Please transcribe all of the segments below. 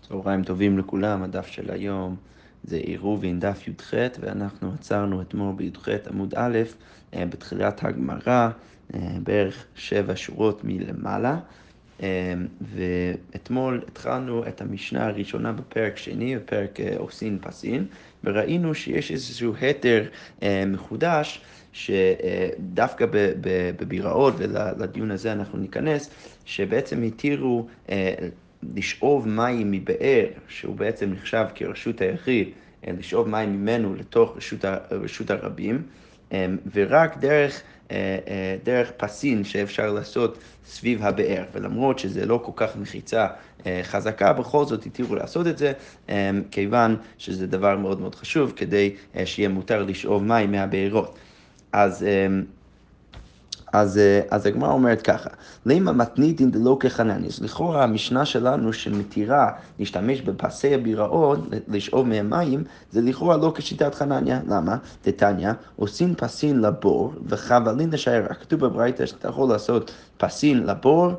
צהריים טובים לכולם, הדף של היום זה עירובין דף י"ח, ואנחנו עצרנו אתמול בי"ח עמוד א', בתחילת הגמרא, בערך 7 שורות מלמעלה, ואתמול התחלנו את המשנה הראשונה בפרק שני, בפרק עושין פסין, וראינו שיש איזשהו היתר מחודש, שדווקא בביראות, ולדיון הזה אנחנו ניכנס, שבעצם התירו לשאוב מים מבאר, שהוא בעצם נחשב כרשות היחיד, לשאוב מים ממנו לתוך רשות הרבים, ורק דרך פסין שאפשר לעשות סביב הבאר, ולמרות שזה לא כל כך מחיצה חזקה, בכל זאת התירו לעשות את זה, כיוון שזה דבר מאוד מאוד חשוב, כדי שיהיה מותר לשאוב מים מהבארות. אז הגמרא אומרת ככה, למה מתניתין דלא כחנניה? אז לכאורה המשנה שלנו שמתירה להשתמש בפסי הביראות, לשאוב מהם מים, זה לכאורה לא כשיטת חנניה. למה? דתניא, עושים פסין לבור וחבלין לשיירה. כתוב בברייתא שאתה יכול לעשות פסין לבור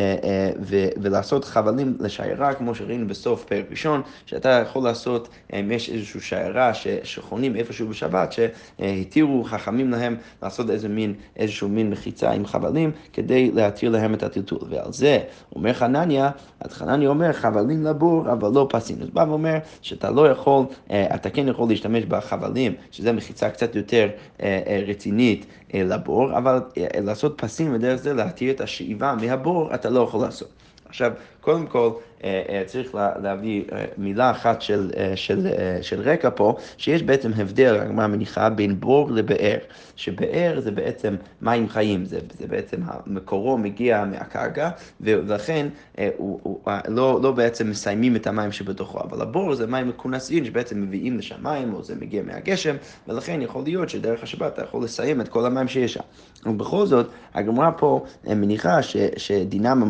ולעשות חבלים לשיירה, כמו שראינו בסוף פרק ראשון, שאתה יכול לעשות, אם יש איזושהי שיירה שחונים איפשהו בשבת, שהתירו חכמים להם לעשות איזשהו מין מחיצה עם חבלים, כדי להתיר להם את הטלטול. ועל זה אומר חנניה, אז חנניה אומר חבלים לבור, אבל לא פסין. אז בא ואומר שאתה לא יכול, אתה כן יכול להשתמש בחבלים, שזה מחיצה קצת יותר רצינית לבור, אבל לעשות פסים ודרך זה להתיר את השאיבה מהבור, אתה לא יכול לעשות. עכשיו, קודם כל, צריך להביא מילה אחת של רקע פה, שיש בעצם הבדל, הגמרא מניחה, בין בור לבאר. שבאר זה בעצם מים חיים, זה בעצם מקורו מגיע מהקרקע, ולכן לא בעצם מסיימים את המים שבתוכו, אבל הבור זה מים מכונסים שבעצם מביאים לשם מים, או זה מגיע מהגשם, ולכן יכול להיות שדרך השבת אתה יכול לסיים את כל המים שיש שם. ובכל זאת, הגמרא פה מניחה שדינם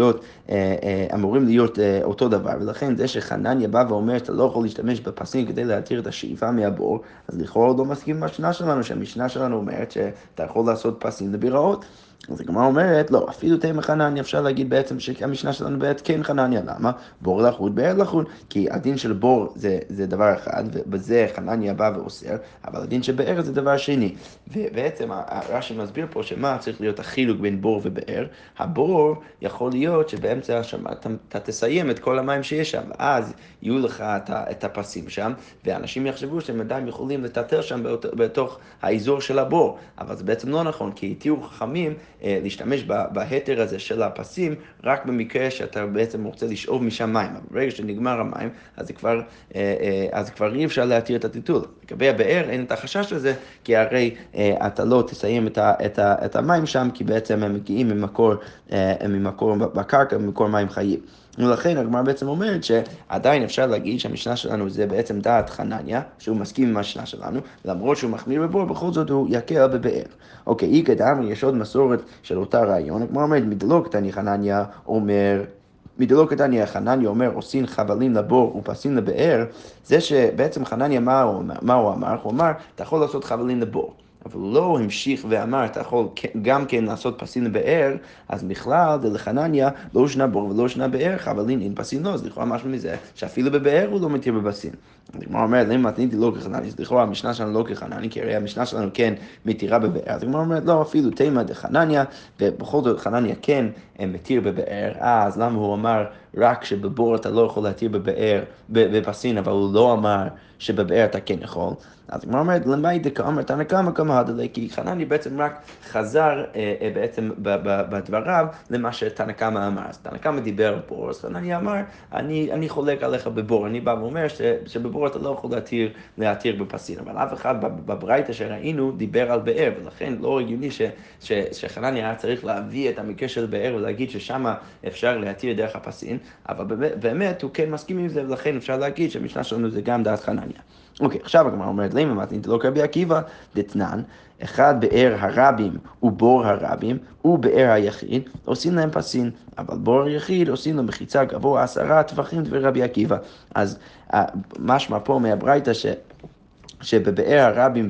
אמורים להיות אותו דבר, ולכן זה שחנניה בא ואומר שאתה לא יכול להשתמש בפסים כדי להתיר את השאיבה מהבור, אז לכאורה לא מסכים עם המשנה שלנו, שהמשנה שלנו אומרת שאתה יכול לעשות פסים לביראות. אז הגמרא אומרת, לא, אפילו תימא חנניה, אפשר להגיד בעצם שהמשנה שלנו בעצם כן חנניה. למה? בור לחוד, באר לחוד. כי הדין של בור זה דבר אחד, ובזה חנניה בא ואוסר, אבל הדין של באר זה דבר שני. ובעצם רש"י מסביר פה שמה צריך להיות החילוק בין בור ובאר. הבור יכול להיות שבאמצע השבת אתה תסיים את כל המים שיש שם, ואז יהיו לך את הפסים שם, ואנשים יחשבו שהם עדיין יכולים לטטל שם בתוך האזור של הבור. אבל זה בעצם לא נכון, כי התירו חכמים להשתמש בהיתר הזה של הפסים, רק במקרה שאתה בעצם רוצה לשאוב משם מים. אבל ברגע שנגמר המים, אז כבר אי אפשר להתיר את הטלטול. לגבי הבאר אין את החשש הזה, כי הרי אתה לא תסיים את המים שם, כי בעצם הם מגיעים ממקור בקרקע, ממקור מים חיים. ולכן הגמרא בעצם אומרת שעדיין אפשר להגיד שהמשנה שלנו זה בעצם דעת חנניה, שהוא מסכים עם המשנה שלנו, למרות שהוא מחמיר בבור, בכל זאת הוא יקל בבאר. אוקיי, אי קדם, יש עוד מסורת של אותה רעיון, הגמרא אומרת, מדלוק תני חנניה אומר, מדלוק תני חנניה אומר, עושים חבלים לבור ופסים לבאר, זה שבעצם חנניה מה הוא אמר? הוא אמר, אתה יכול לעשות חבלים לבור. אבל לא המשיך ואמר, אתה יכול גם כן לעשות פסין לבאר, אז בכלל, דלחנניה, לא שנה בור ולא שנה באר, חבלין אין פסין לא, אז לכאורה משהו מזה, שאפילו בבאר הוא לא מתיר בפסין. הגמרא אומרת, למה מתניתי לא כחנני, אז לכאורה המשנה שלנו לא כחנני, כי הרי המשנה שלנו כן מתירה בבאר, אז הגמרא אומרת, לא, אפילו תימא דחנניה, ובכל זאת חנניה כן מתיר בבאר, אז למה הוא אמר רק שבבור אתה לא יכול להתיר בבאר, בפסין, אבל הוא לא אמר שבבאר אתה כן יכול. אז הגמרא אומרת, למאי דקאמר תנא קמא קמא הדליה, כי חנניה בעצם רק חזר בעצם בדבריו למה שתנא קמא אמר. אז תנא קמא דיבר על בור, אז חנניה אמר, אני חולק עליך בבור, אני בא ואומר שבבור אתה לא יכול להתיר בפסין, אבל אף אחד בברייתא שראינו דיבר על באר, ולכן לא הגיוני שחנניה היה צריך להביא את המקרה של באר ולהגיד ששם אפשר להתיר דרך הפסין, אבל באמת הוא כן מסכים עם זה, ולכן אפשר להגיד שהמשנה שלנו זה גם דעת חנניה. אוקיי, עכשיו הגמרא אומרת, למה מתנית לא כרבי עקיבא דתנן, אחד באר הרבים ובור הרבים ובאר היחיד, עושים להם פסין, אבל בור היחיד עושים להם מחיצה גבוה 10 טפחים דברי רבי עקיבא. אז משמע פה מהברייתא שבבאר הרבים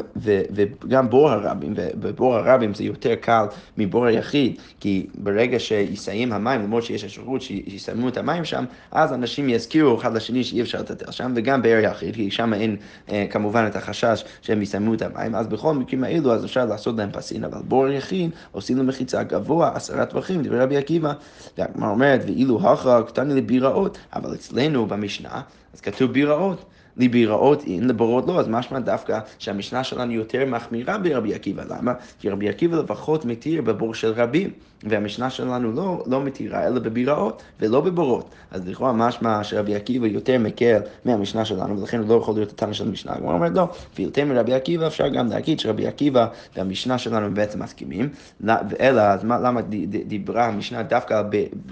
וגם בור הרבים, ובבור הרבים זה יותר קל מבור היחיד, כי ברגע שיסיים המים, למרות שיש אפשרות שיסיימו את המים שם, אז אנשים יזכירו אחד לשני שאי אפשר לטטל שם, וגם באר יחיד, כי שם אין כמובן את החשש שהם יסיימו את המים, אז בכל מקרים האלו אז אפשר לעשות להם פסין, אבל בור יחיד עושים לו מחיצה גבוה 10 טווחים, דברי רבי עקיבא, והגמרא אומרת, ואילו הכה קטני לביראות, אבל אצלנו במשנה, אז כתוב ביראות. לביראות אין, לבורות לא, אז משמע דווקא שהמשנה שלנו יותר מחמירה ברבי עקיבא. למה? כי רבי עקיבא לפחות מתיר בבור של רבים, והמשנה שלנו לא מתירה, אלא בביראות ולא בבורות. אז לכאורה משמע שרבי עקיבא יותר מקל מהמשנה שלנו, ולכן הוא לא יכול להיות התנא של המשנה. הוא אומר, לא, ויותר מרבי עקיבא אפשר גם להגיד שרבי עקיבא והמשנה שלנו בעצם מסכימים, אלא אז למה דיברה המשנה דווקא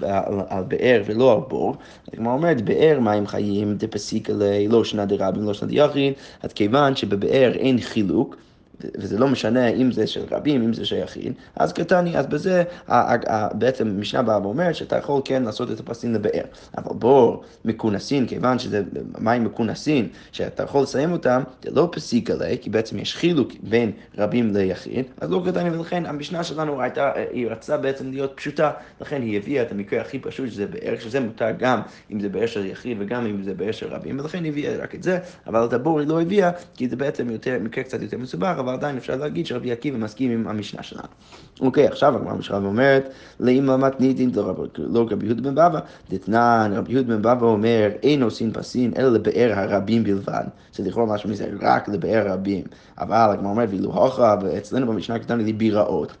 על באר ולא על בור? כמו אומרת, באר מים חיים, דפסיק אלי, לא שנה דרבים, לא שנה דיחיד, אז כיוון שבבאר אין חילוק, וזה לא משנה אם זה של רבים, אם זה של יחיד, אז קטני, אז בזה בעצם משנה באה ואומרת שאתה יכול כן לעשות את הפסים לבאר. אבל בור מכונסין, כיוון שזה מים מכונסין, שאתה יכול לסיים אותם, זה לא פסיק עלי, כי בעצם יש חילוק בין רבים ליחיד, אז לא קטני, ולכן המשנה שלנו היא רצתה בעצם להיות פשוטה, לכן היא הביאה את המקרה הכי פשוט שזה באר, שזה מותר גם אם זה באר של יחיד וגם אם זה באר של רבים, ולכן היא הביאה רק את זה, אבל את הבור היא לא הביאה, כי זה בעצם מקרה קצת יותר מסובך, אבל עדיין אפשר להגיד שרבי עקיבא מסכים עם המשנה שלנו. אוקיי, עכשיו הגמרא משנה אומרת, לאמא מתניתין לא רבי יהודה בן בבא, דתנן רבי יהודה בן בבא אומר, אין עושים פסין אלא לבאר הרבים בלבד, זה לכאורה משהו מזה, רק לבאר הרבים, אבל הגמרא אומרת, ואילו הוכחה, ואצלנו במשנה כתבנו לי ביראות,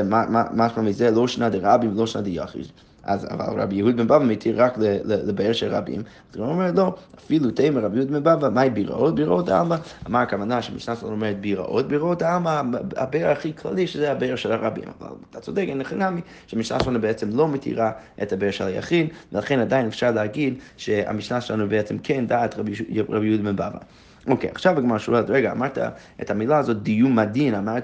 שמשהו מזה לא שנה דרבים ולא שנה דיחיד. אבל רבי יהודה בן בבא מתיר רק לבאר של רבים. אז הוא אומר, לא, אפילו תימא רבי יהודה בן בבא, מהי ביראות? ביראות העלמא. אמר הכוונה שמשנה שלנו אומרת ביראות העלמא, הבאר הכי כללי שזה הבאר של הרבים. אבל אתה צודק, אין לך נמי, שמשנה שלנו בעצם לא מתירה את הבאר של היחיד, ולכן עדיין אפשר להגיד שהמשנה שלנו בעצם כן דעת רבי יהודה בן בבא. אוקיי, עכשיו הגמרא שואלת, רגע, אמרת את המילה הזאת דיום הדין, אמרת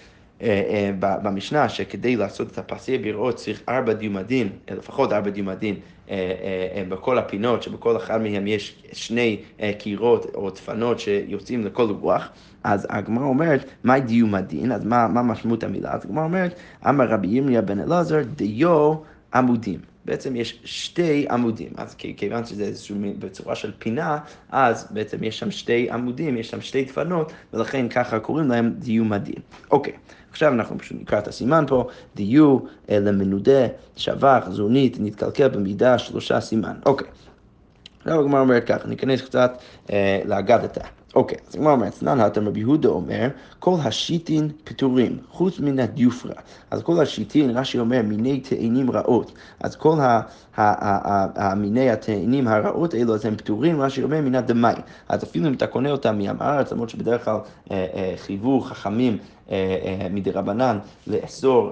במשנה שכדי לעשות את הפסי ביראות צריך 4 דיומדין, לפחות 4 דיומדין בכל הפינות, שבכל אחד מהם יש 2 קירות או דפנות שיוצאים לכל רוח, אז הגמרא אומרת, מה דיומדין? אז מה משמעות המילה? אז הגמרא אומרת, אמר רבי ירמיה בן אלעזר, דיו עמודים. בעצם יש 2 עמודים, אז כיוון שזה איזשהו בצורה של פינה, אז בעצם יש שם 2 עמודים, יש שם 2 דפנות, ולכן ככה קוראים להם דיו מדין. אוקיי, עכשיו אנחנו פשוט נקרא את הסימן פה, דיו למנודה, שבח, זונית, נתקלקל במידה 3 סימן. אוקיי, עכשיו הגמרא אומרת ככה, ניכנס קצת לאגדתא. אוקיי, אז הגמרא אומרת, סנן התם רבי יהודה אומר, כל השיטין פטורים, חוץ מן הדיופרה. אז כל השיטין, רש"י אומר, מיני תאנים רעות. אז כל מיני התאנים הרעות האלו, אז הם פטורים, רש"י אומר, מן הדמי. אז אפילו אם אתה קונה אותם מים הארץ, למרות שבדרך כלל חייבו חכמים מדרבנן לאסור,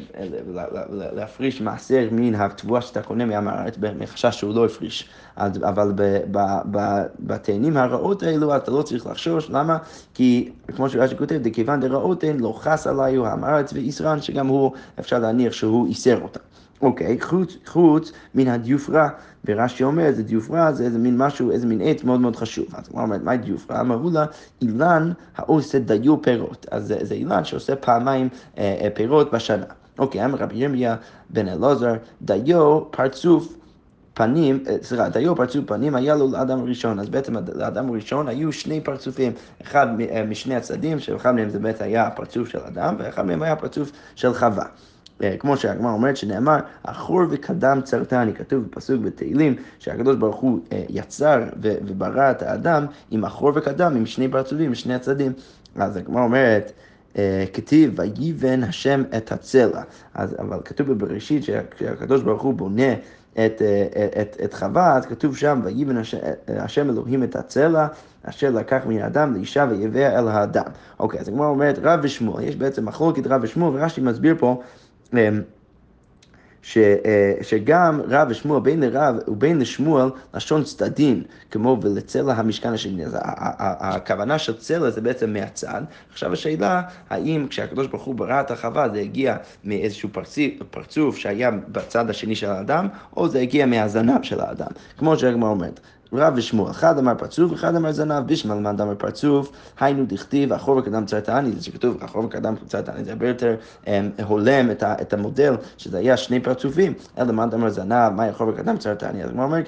להפריש מעשר מן התבואה שאתה קונה מים הארץ, מחשש שהוא לא הפריש. אבל בתאנים הרעות האלו אתה לא צריך לחשוש, למה? כי כמו שרש"י כותב, דכיוון דרעות הן לא חס עליו עם הארץ וישרן, שגם הוא אפשר להניח שהוא איסר אותה. אוקיי, חוץ מן הדיופרה, ורש"י אומר, זה דיופרה, זה איזה מין משהו, איזה מין עץ מאוד מאוד חשוב. אז הוא אומר, מה דיופרה? אמרו לה, אילן העושה דיו פירות. אז זה אילן שעושה פעמיים פירות בשנה. אוקיי, אמר רבי ירמיה בן אלעזר, דיו פרצוף פנים, דיו פרצוף פנים היה לו לאדם הראשון, אז בעצם לאדם הראשון היו 2 פרצופים, אחד משני הצדדים, שאחד מהם זה בעצם היה הפרצוף של אדם, ואחד מהם היה הפרצוף של חווה. כמו שהגמרא אומרת שנאמר, אחור וקדם צרתני, כתוב בפסוק בתהילים, שהקדוש ברוך הוא יצר וברא את האדם עם אחור וקדם, עם 2 פרצופים, עם 2 הצדדים. אז הגמרא אומרת, כתיב, ויבן השם את הצלע. אבל כתוב בבראשית שהקדוש ברוך הוא בונה את חווה, אז כתוב שם, ויבן השם אלוהים את הצלע, אשר לקח מן האדם לאישה ויבא אל האדם. אוקיי, אז הגמרא אומרת, רב ושמואל, יש בעצם מחלוקת רב ושמואל, ורש"י מסביר פה, שגם רב ושמואל, בין לרב ובין לשמואל, לשון צדדים, כמו ולצלע המשכן השני. אז הכוונה של צלע זה בעצם מהצד. עכשיו השאלה, האם כשהקדוש ברוך הוא ברא את החווה, זה הגיע מאיזשהו פרצוף שהיה בצד השני של האדם, או זה הגיע מהזנב של האדם. כמו שהגמרא אומרת, רב ושמואל, אחד אמר פרצוף, אחד אמר זנב, בשמע למד אמר פרצוף, היינו דכתיב, החור וקדם צר תעני, זה שכתוב, החור וקדם צר תעני, זה הרבה יותר הולם את המודל, שזה היה שני פרצופים, אלא למד אמר זנב, מה החור וקדם צר תעני, אז הוא אומר,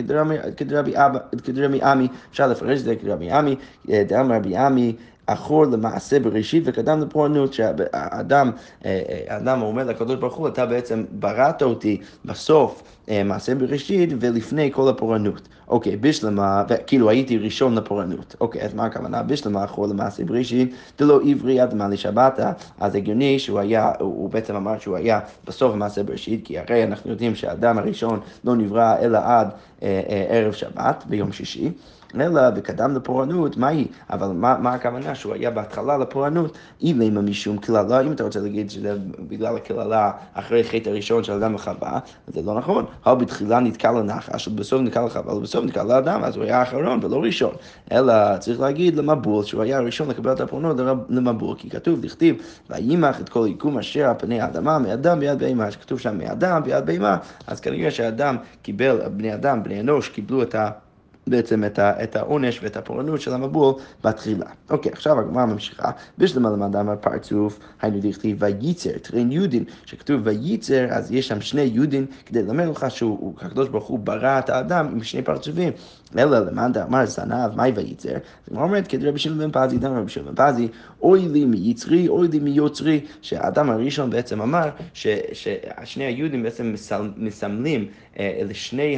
כדרבי עמי, אפשר לפרש את זה כדרבי עמי, דאמר רבי עמי, אחור למעשה בראשית וקדם לפורענות, שהאדם אומר לקדוש ברוך הוא, אתה בעצם בראת אותי בסוף מעשה בראשית ולפני כל הפורענות. אוקיי, בשלמה, כאילו הייתי ראשון לפורענות. אוקיי, אז מה הכוונה? בשלמה אחור למעשה בראשית, דלא עברי עד מה לשבת, אז הגיוני שהוא היה, הוא בעצם אמר שהוא היה בסוף מעשה בראשית, כי הרי אנחנו יודעים שהאדם הראשון לא נברא אלא עד ערב שבת ביום שישי. אלא וקדם לפורענות, מה היא? אבל מה הכוונה? שהוא היה בהתחלה לפורענות, אילמה משום כללה, אם אתה רוצה להגיד שזה בגלל הכללה אחרי חטא הראשון של אדם וחווה, זה לא נכון. בתחילה נתקע לנחש, ובסוף נתקע לחווה, ובסוף נתקע לאדם, אז הוא היה האחרון ולא ראשון. אלא צריך להגיד למבול, שהוא היה הראשון לקבל את הפורענות למבול, כי כתוב, לכתיב, וימח את כל יקום אשר על פני האדמה, מאדם ביד בהמה, שכתוב שם מאדם ביד בהמה, אז כנראה שהאדם קיבל, בני אדם, בני אנוש, קיבלו בעצם את העונש ואת הפורענות של המבול בתחילה. אוקיי, עכשיו הגמרא ממשיכה. בשלמה למד אמר פרצוף, היינו דכתיב וייצר, טרין יודין, שכתוב וייצר, אז יש שם שני יודין, כדי ללמד לך שהקדוש ברוך הוא ברא את האדם עם שני פרצופים. אלא למד אמר זנב, מהי וייצר? אז הוא אומרת, כדי רבי שמעון בן פזי, רבי שמעון בן פזי, אוי לי מיצרי, אוי לי מיוצרי, שהאדם הראשון בעצם אמר, ששני היהודים בעצם מסמלים לשני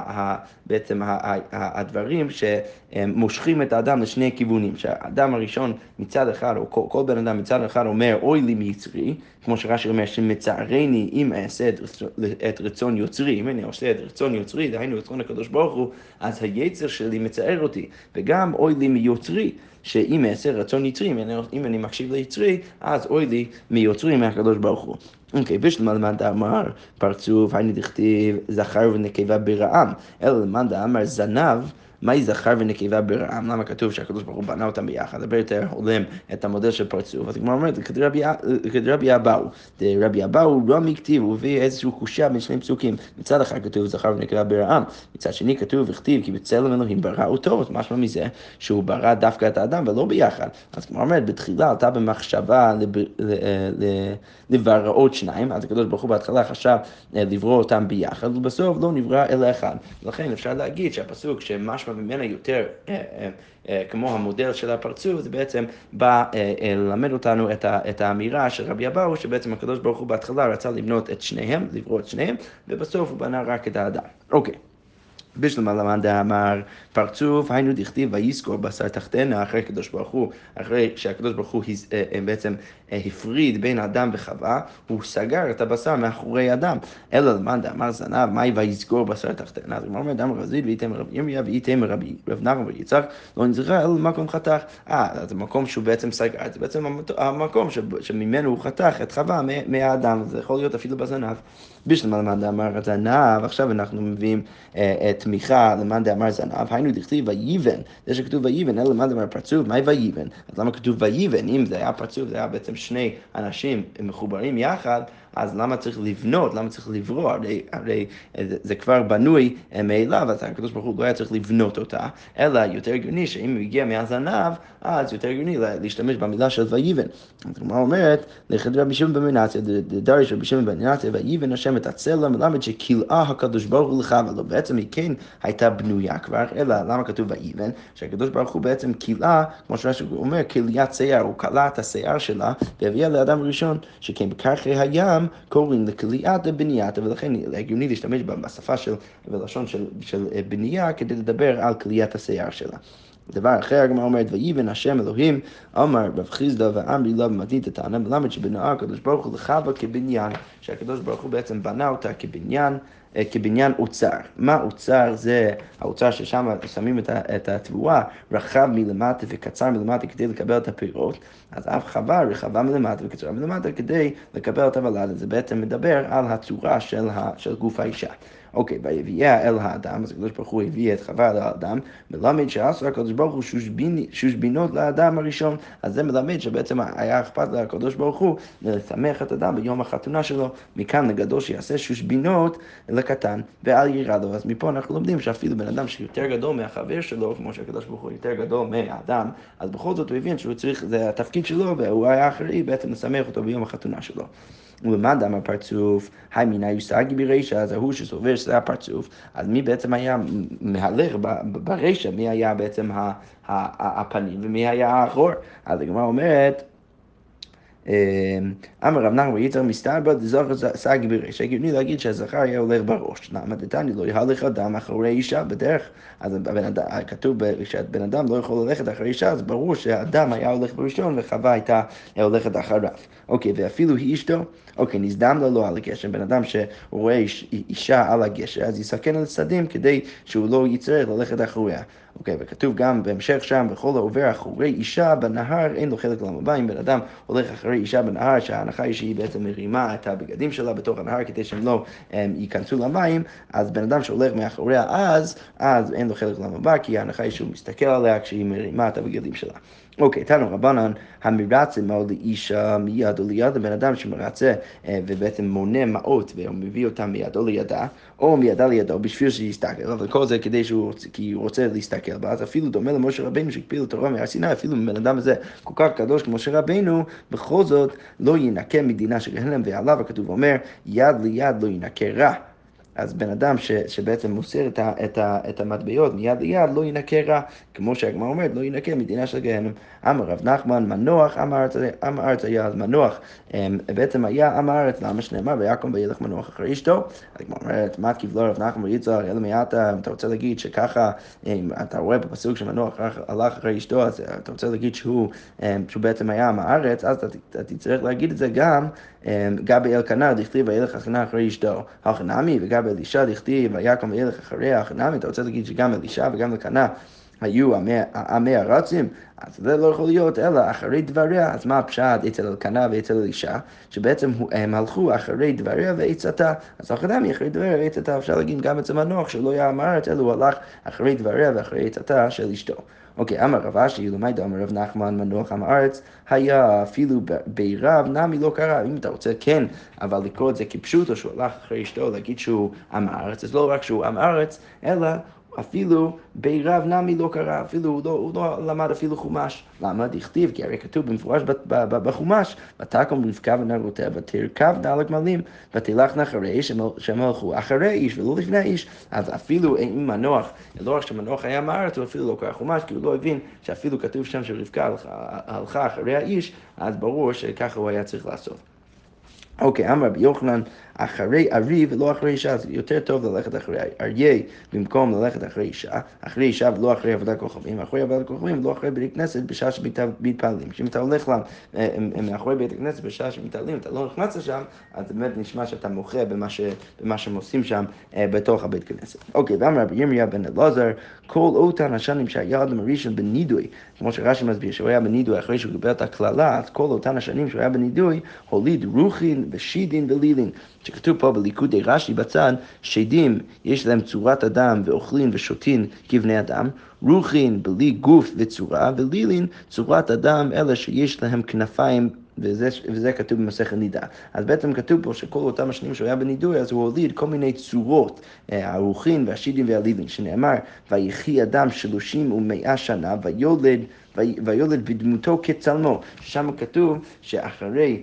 בעצם הדברים שמושכים את האדם לשני כיוונים, שהאדם הראשון מצד אחד, או כל בן אדם מצד אחד אומר, אוי לי מיצרי, כמו שרש"י אומר, שמצערני אם אעשה את רצון יוצרי, אם אני עושה את רצון יוצרי, דהיינו רצון הקדוש ברוך הוא, אז היצר שלי מצער אותי, וגם אוי לי מיוצרי, שאם אעשה רצון יצרי, אם אני מקשיב ליצרי, אז אוי לי מיוצרי מהקדוש ברוך הוא. אוקיי, בשלמה למד אמר פרצוף, היינו דכתיב זכר ונקבה ברעם, אלא למד אמר זנב, מהי זכר ונקבה ברעם? למה כתוב שהקדוש ברוך הוא בנה אותם ביחד? הרבה יותר הולם את המודל של פרצוף. אז כמו אומרת, כדרבי אבאו. רבי אבאו רמי כתיב, הוא הביא איזשהו קושיה בין שני פסוקים. מצד אחד כתוב זכר ונקבה ברעם, מצד שני כתוב וכתיב, כי בצלם אלוהים ברא אותו, אז משמע מזה שהוא ברא דווקא את האדם ולא ביחד. אז כמו אומרת, בתחילה עלתה במחשבה לבראות שניים, אז הקדוש ברוך הוא בהתחלה חשב לברוא אותם ביחד, ובסוף לא נברא אלא אחד. לכן אפשר להגיד שהפסוק שמשמע ממנה יותר כמו המודל של הפרצוף, זה בעצם בא ללמד אותנו את האמירה של רבי אבאו, שבעצם הקדוש ברוך הוא בהתחלה רצה לבנות את שניהם, לברוא את שניהם, ובסוף הוא בנה רק את האדם. אוקיי. בשלמה למד אמר פרצוף, היינו דכתיב ויזכור בשר תחתנה, אחרי שהקדוש ברוך הוא בעצם הפריד בין אדם וחווה, הוא סגר את הבשר מאחורי אדם. אלא למד אמר זנב, מהי ויזכור בשר תחתנה? אז הוא אומר, אדם רזיד ואיתם רבי ירמיה ואיתם רבי רב נחמן בר יצחק, לא נזכר אלא למקום חתך. אז המקום שהוא בעצם סגר, זה בעצם המקום שממנו הוא חתך את חווה מהאדם, זה יכול להיות אפילו בזנב. בשלמה למד אמר זנב, עכשיו אנחנו מביאים תמיכה למד אמר זנב, היינו דכתיב ויבן, זה שכתוב ויבן, אלא למד אמר פרצוף, מהי ויבן? אז למה כתוב ויבן? אם זה היה פרצוף, זה היה בעצם שני אנשים מחוברים יחד, אז למה צריך לבנות, למה צריך לברוא? הרי זה כבר בנוי מאליו, אז הקדוש ברוך הוא לא היה צריך לבנות אותה, אלא יותר הגיוני שאם הוא הגיע מהזנב, אז יותר הגיוני להשתמש במילה של ויבן. אז כמו אומרת, לכד רבי שמעון בן מנסיה, דריש רבי שמעון בן מנסיה, ויבן השם את הצלע, מלמד שכלאה הקדוש ברוך הוא לחווה, לא בעצם היא כן הייתה בנויה כבר, אלא למה כתוב ויבן? שהקדוש ברוך הוא בעצם כלאה, כמו שהוא אומר, כליית שיער, הוא כלה את השיער שלה, והביאה לאדם ראשון, שכן בקרחי הים, קוראים לכליית הבנייתה, ולכן הגיוני להשתמש בשפה ולשון של בנייה, כדי לדבר על כליית השיער שלה. דבר אחר, הגמרא אומרת, ויבן השם אלוהים, אמר רב חיסדא ואמרי לה במתנית הטענה, מלמד שבנאה הקדוש ברוך הוא לחווה כבניין, שהקדוש ברוך הוא בעצם בנה אותה כבניין אוצר. מה אוצר? זה האוצר ששם שמים את התבואה רחב מלמטה וקצר מלמטה כדי לקבל את הפירות, אז אף חווה רחבה מלמטה וקצרה מלמטה כדי לקבל את הוולד. זה בעצם מדבר על הצורה של גוף האישה. אוקיי, והביאה אל האדם, אז הקדוש ברוך הוא הביא את חווה לאדם, מלמד שעשה הקדוש ברוך הוא שושבינות לאדם הראשון, אז זה מלמד שבעצם היה אכפת לקדוש ברוך הוא לשמח את האדם ביום החתונה שלו, מכאן לגדול שיעשה שושבינות לקטן ואל יירא לו. אז מפה אנחנו לומדים שאפילו בן אדם שיותר גדול מהחבר שלו, כמו שהקדוש ברוך הוא יותר גדול מהאדם, אז בכל זאת הוא הבין שהוא צריך, זה התפקיד שלו, והוא היה אחראי בעצם לשמח אותו ביום החתונה שלו. ולמה דם הפרצוף, הימינה יושגי ברישא, אז ההוא שסובר שזה הפרצוף, אז מי בעצם היה מהלך ברישא, מי היה בעצם הפנים ומי היה האחור? אז הגמרא אומרת, אמר רב נחמן יצר מסתבר דזכר סגי ברישא, הגיוני להגיד שהזכר היה הולך בראש. למה דתני לא יהלך אדם אחרי אישה בדרך? אז כתוב שבן אדם לא יכול ללכת אחרי אישה, אז ברור שהאדם היה הולך בראשון וחווה הייתה הולכת אחריו. אוקיי, ואפילו היא אשתו, אוקיי, נזדם לו על הגשר, בן אדם שהוא רואה אישה על הגשר, אז יסכן על הצדדים כדי שהוא לא יצטרך ללכת אחריה. אוקיי, וכתוב גם בהמשך שם, וכל העובר אחרי אישה בנהר, אין לו חלק לעולם הבא. אם בן אדם הולך אחרי אישה בנהר, שההנחה היא שהיא בעצם מרימה את הבגדים שלה בתוך הנהר כדי שהם לא ייכנסו למים, אז בן אדם שהולך מאחוריה אז אין לו חלק לעולם הבא, כי ההנחה היא שהוא מסתכל עליה כשהיא מרימה את הבגדים שלה. אוקיי, תנו רבנן, המרצה מאוד לאישה מיד או ליד, הבן אדם שמרצה ובעצם מונה מעות ומביא אותם מידו לידה, או מידה לידו בשביל שיסתכל, אבל כל זה כדי כי הוא רוצה להסתכל בה, אז אפילו דומה למשה רבינו שהקפיל לתורה מהר סיני, אפילו בן אדם הזה כל כך קדוש כמו משה רבינו, בכל זאת לא ינקה מדינה של גהנם, ועליו הכתוב אומר, יד ליד לא ינקה רע. אז בן אדם שבעצם מוסר את המטבעות מיד ליד לא ינקה רע, כמו שהגמרא אומרת, לא ינקה מדינה של גהנם. אמר רב נחמן, מנוח, עם הארץ היה אז מנוח, בעצם היה עם הארץ, למה שנאמר, ויקום וילך מנוח אחרי אשתו. הגמרא אומרת, מה כבלו רב נחמן ויצחק, אלא מעתה, אם אתה רוצה להגיד שככה, אם אתה רואה בפסוק שמנוח הלך אחרי אשתו, אז אתה רוצה להגיד שהוא בעצם היה עם הארץ, אז אתה תצטרך להגיד את זה גם, גבי אלקנה דכתיב וילך החנה אחרי אשתו, החנמי, וגבי אלישע דכתיב ויקום וילך אחריה, החנמי, אתה רוצה להגיד שגם אלישע וגם אלקנה היו עמי הרצים, אז זה לא יכול להיות, אלא אחרי דבריה. אז מה הפשט אצל אלקנה ואצל אלישע? שבעצם הם הלכו אחרי דבריה ועצתה, אז החנמי אחרי דבריה ועצתה, אפשר להגיד גם אצל מנוח שלא היה עם הארץ, אלא הוא הלך אחרי דבריה ואחרי עצתה של אשתו. אוקיי, אמר רב אשי, למד אמר רב נחמן, מנוח עם הארץ, היה אפילו בירב, נמי לא קרה. אם אתה רוצה כן, אבל לקרוא את זה כפשוט, או שהוא הלך אחרי אשתו, להגיד שהוא עם הארץ, אז לא רק שהוא עם הארץ, אלא אפילו בירב נמי לא קרה, אפילו הוא לא למד אפילו חומש. למה? דכתיב, כי הרי כתוב במפורש בחומש, ותקום רבקה ונערותיה, ותרכב דלת מלים, ותלכנה אחרי שהם הלכו אחרי איש ולא לפני איש. אז אפילו אם מנוח, לא רק שמנוח היה מארץ, הוא אפילו לא קרא חומש, כי הוא לא הבין שאפילו כתוב שם שרבקה הלכה אחרי האיש, אז ברור שככה הוא היה צריך לעשות. אוקיי, אמר רבי יוחנן, אחרי ארי ולא אחרי אישה, אז יותר טוב ללכת אחרי אריה במקום ללכת אחרי אישה, אחרי אישה ולא אחרי עבודת כוכבים, אחרי עבודת כוכבים ולא אחרי בית הכנסת בשעה שמתפללים. אם אתה הולך מאחורי בית הכנסת בשעה שמתפללים, אתה לא נכנס לשם, אז באמת נשמע שאתה מוחה במה שהם עושים שם בתוך הבית כנסת. אוקיי, ואמר רבי ירמיה בן אלעזר, כל אותן השנים שהיה אדם הראשון בנידוי, כמו שרש"י מסביר שהוא היה בנידוי אחרי שהוא קיבל את הכללה, אז כל אותן השנים שהוא היה בנידוי, הוליד רוחין ושידין ולילין. שכתוב פה בליקודי רש"י בצד, שדים יש להם צורת אדם ואוכלים ושותים כבני אדם, רוחין בלי גוף וצורה, ולילין צורת אדם אלה שיש להם כנפיים, וזה כתוב במסכת נידה. אז בעצם כתוב פה שכל אותם השנים שהוא היה בנידוי, אז הוא הוליד כל מיני צורות, הרוחין והשידים והלילין, שנאמר, ויחי אדם 30 ו100 שנה, ויולד בדמותו כצלמו, ששם כתוב שאחרי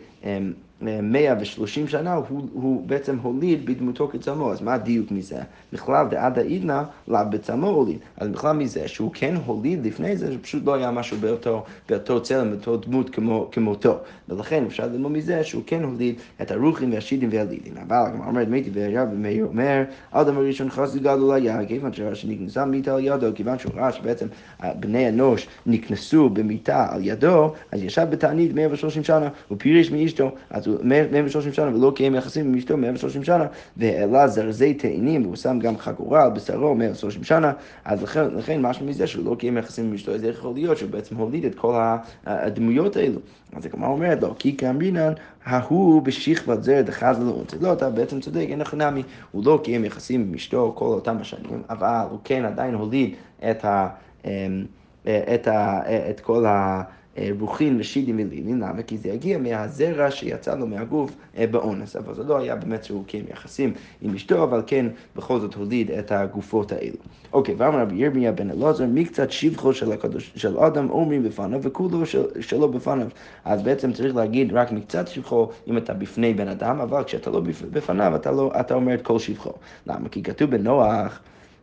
130 שנה הוא בעצם הוליד בדמותו כצלמו. אז מה הדיוק מזה? בכלל דעד העידנא לאו בצלמו הוליד. אז בכלל מזה שהוא כן הוליד לפני זה, שפשוט לא היה משהו באותו צלם, באותו דמות כמותו. ולכן אפשר ללמוד מזה שהוא כן הוליד את הרוחים והשידים והלילין. אבל הגמרא אומרת, מתי וירב ומאיר אומר, אדם הראשון חסיד גדול היה, כיוון שנכנסה מיטה על ידו, כיוון שהוא ראה שבעצם בני אנוש נכנסו במיטה על ידו, אז ישב בתענית 130 שנה, הוא פירש מאשתו, אז הוא 130 שנה, ולא קיים יחסים עם אשתו 130 שנה, והעלה זרזי תאנים, והוא שם גם חגורה על בשרו 130 שנה, אז לכן משהו מזה שהוא לא קיים יחסים עם אשתו, אז זה יכול להיות שהוא בעצם הוליד את כל הדמויות האלו. אז זה כמו אומרת לו, כי כאמרינן, ההוא בשכבת זרע דחז לו, לא, אתה בעצם צודק, אין לך נמי, הוא לא קיים יחסים עם אשתו כל אותם השנים, אבל הוא כן עדיין הוליד את כל רוחין ושידים ולילים, למה? כי זה יגיע מהזרע שיצא לו מהגוף באונס, אבל זה לא היה באמת שהוא קיים יחסים עם אשתו, אבל כן בכל זאת הוליד את הגופות האלו. אוקיי, ואמר רבי ירמיה בן אלעזר, מקצת שבחו של אדם אומרים בפניו וכולו שלא בפניו. אז בעצם צריך להגיד רק מקצת שבחו אם אתה בפני בן אדם, אבל כשאתה לא בפניו אתה אומר את כל שבחו. למה? כי כתוב בנוח,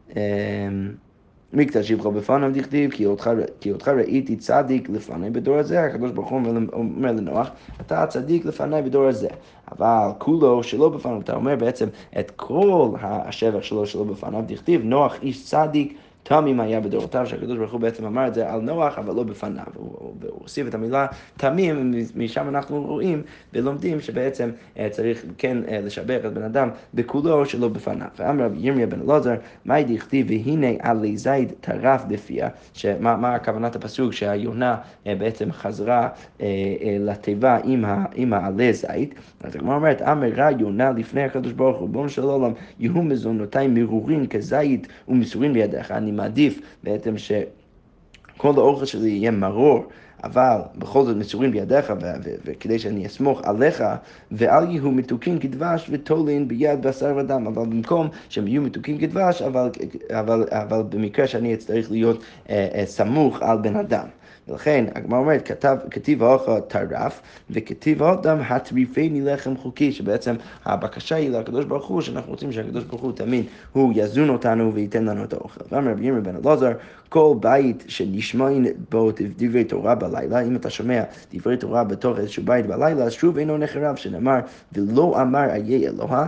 מקצת שבחו בפניו דכתיב, כי אותך ראיתי צדיק לפני בדור הזה. הקדוש ברוך הוא אומר לנוח, אתה צדיק לפני בדור הזה. אבל כולו שלא בפניו, אתה אומר בעצם את כל השבח שלו בפניו דכתיב, נוח איש צדיק, תמים היה בדורותיו, שהקדוש ברוך הוא בעצם אמר את זה על נוח, אבל לא בפניו. והוא הוסיף את המילה תמים, משם אנחנו רואים ולומדים שבעצם צריך כן לשבח את בן אדם בכולו שלא בפניו. ואמר רבי ירמיה בן אלעזר, מה דכתיב והנה עלי זית טרף בפיה, מה הכוונת הפסוק שהיונה בעצם חזרה לתיבה עם העלי זית. אז הגמרא אומרת, אמרה יונה לפני הקדוש ברוך הוא, ריבונו של עולם, יהיו מזונותיי מרורים כזית ומסורים בידיך. אני מעדיף בעצם שכל האוכל שלי יהיה מרור, אבל בכל זאת מסורים בידיך, וכדי שאני אסמוך עליך, ואל יהיו מתוקים כדבש ותולין ביד בשר ודם. אבל במקום שהם יהיו מתוקים כדבש, אבל במקרה שאני אצטרך להיות סמוך על בן אדם. ולכן, הגמרא אומרת, כתיב האוכל טרף, וכתיב האדם הטריפני לחם חוקי, שבעצם הבקשה היא לקדוש ברוך הוא, שאנחנו רוצים שהקדוש ברוך הוא תמיד הוא יזון אותנו וייתן לנו את האוכל. ואמר רבי ירמיה בן אלעזר, כל בית שנשמעים בו דברי תורה בלילה, אם אתה שומע דברי תורה בתוך איזשהו בית בלילה, שוב אינו נחרב, שנאמר, ולא אמר איה אלוה,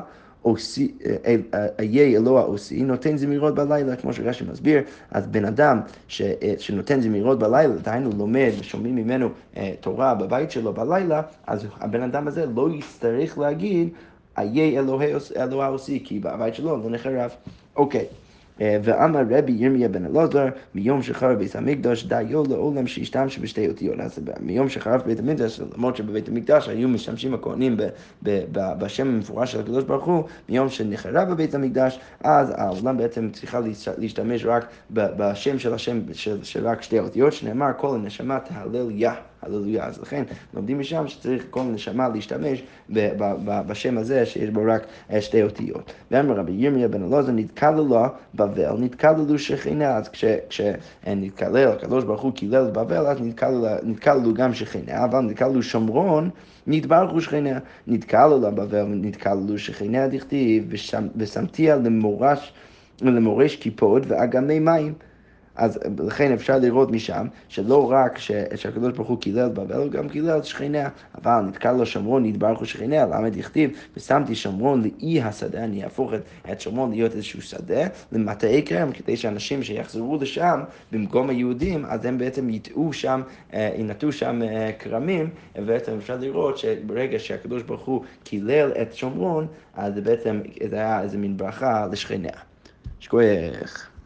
איה אלוה עושי, נותן זמירות בלילה, כמו שרש"י מסביר. אז בן אדם שנותן זמירות בלילה, דהיינו לומד ושומעים ממנו תורה בבית שלו בלילה, אז הבן אדם הזה לא יצטרך להגיד איה אלוה עושי, כי בבית שלו לא נחרב. אוקיי. ואמר רבי ירמיה בן אלעזר, מיום שחרב בית המקדש דיו לעולם שהשתמש בשתי אותיות. אז מיום שחרב בית המקדש, למרות שבבית המקדש היו משתמשים הכהנים בשם המפורש של הקדוש ברוך הוא, מיום שנחרב בבית המקדש, אז העולם בעצם צריכה להשתמש רק בשם של רק שתי אותיות, שנאמר כל הנשמה תהלל יה. הללויה. אז לכן לומדים משם שצריך כל נשמה להשתמש בשם הזה שיש בו רק שתי אותיות. ואמר רבי ירמיה בן אלעזר, נתקללו בבל, נתקללו שכנה. אז כשנתקלל, הקדוש ברוך הוא קילל בבל, אז נתקללו גם שכנה, אבל נתקללו שומרון, נתברכו שכנה. נתקללו בבל, נתקללו שכנה דכתיב, ושמתיה למורש כיפות ואגמי מים. אז לכן אפשר לראות משם שלא רק שהקדוש ברוך הוא קילל בבל, הוא גם קילל שכנה. אבל נתקל לו שומרון, נתברכו שכנה, למה דכתיב, ושמתי שומרון לאי השדה, אני אהפוך את שומרון להיות איזשהו שדה, למטעי כרם, כדי שאנשים שיחזרו לשם, במקום היהודים, אז הם בעצם ינטעו שם כרמים, ובעצם אפשר לראות שברגע שהקדוש ברוך הוא קילל את שומרון, אז בעצם זה היה איזה מין ברכה לשכנה. שכוח.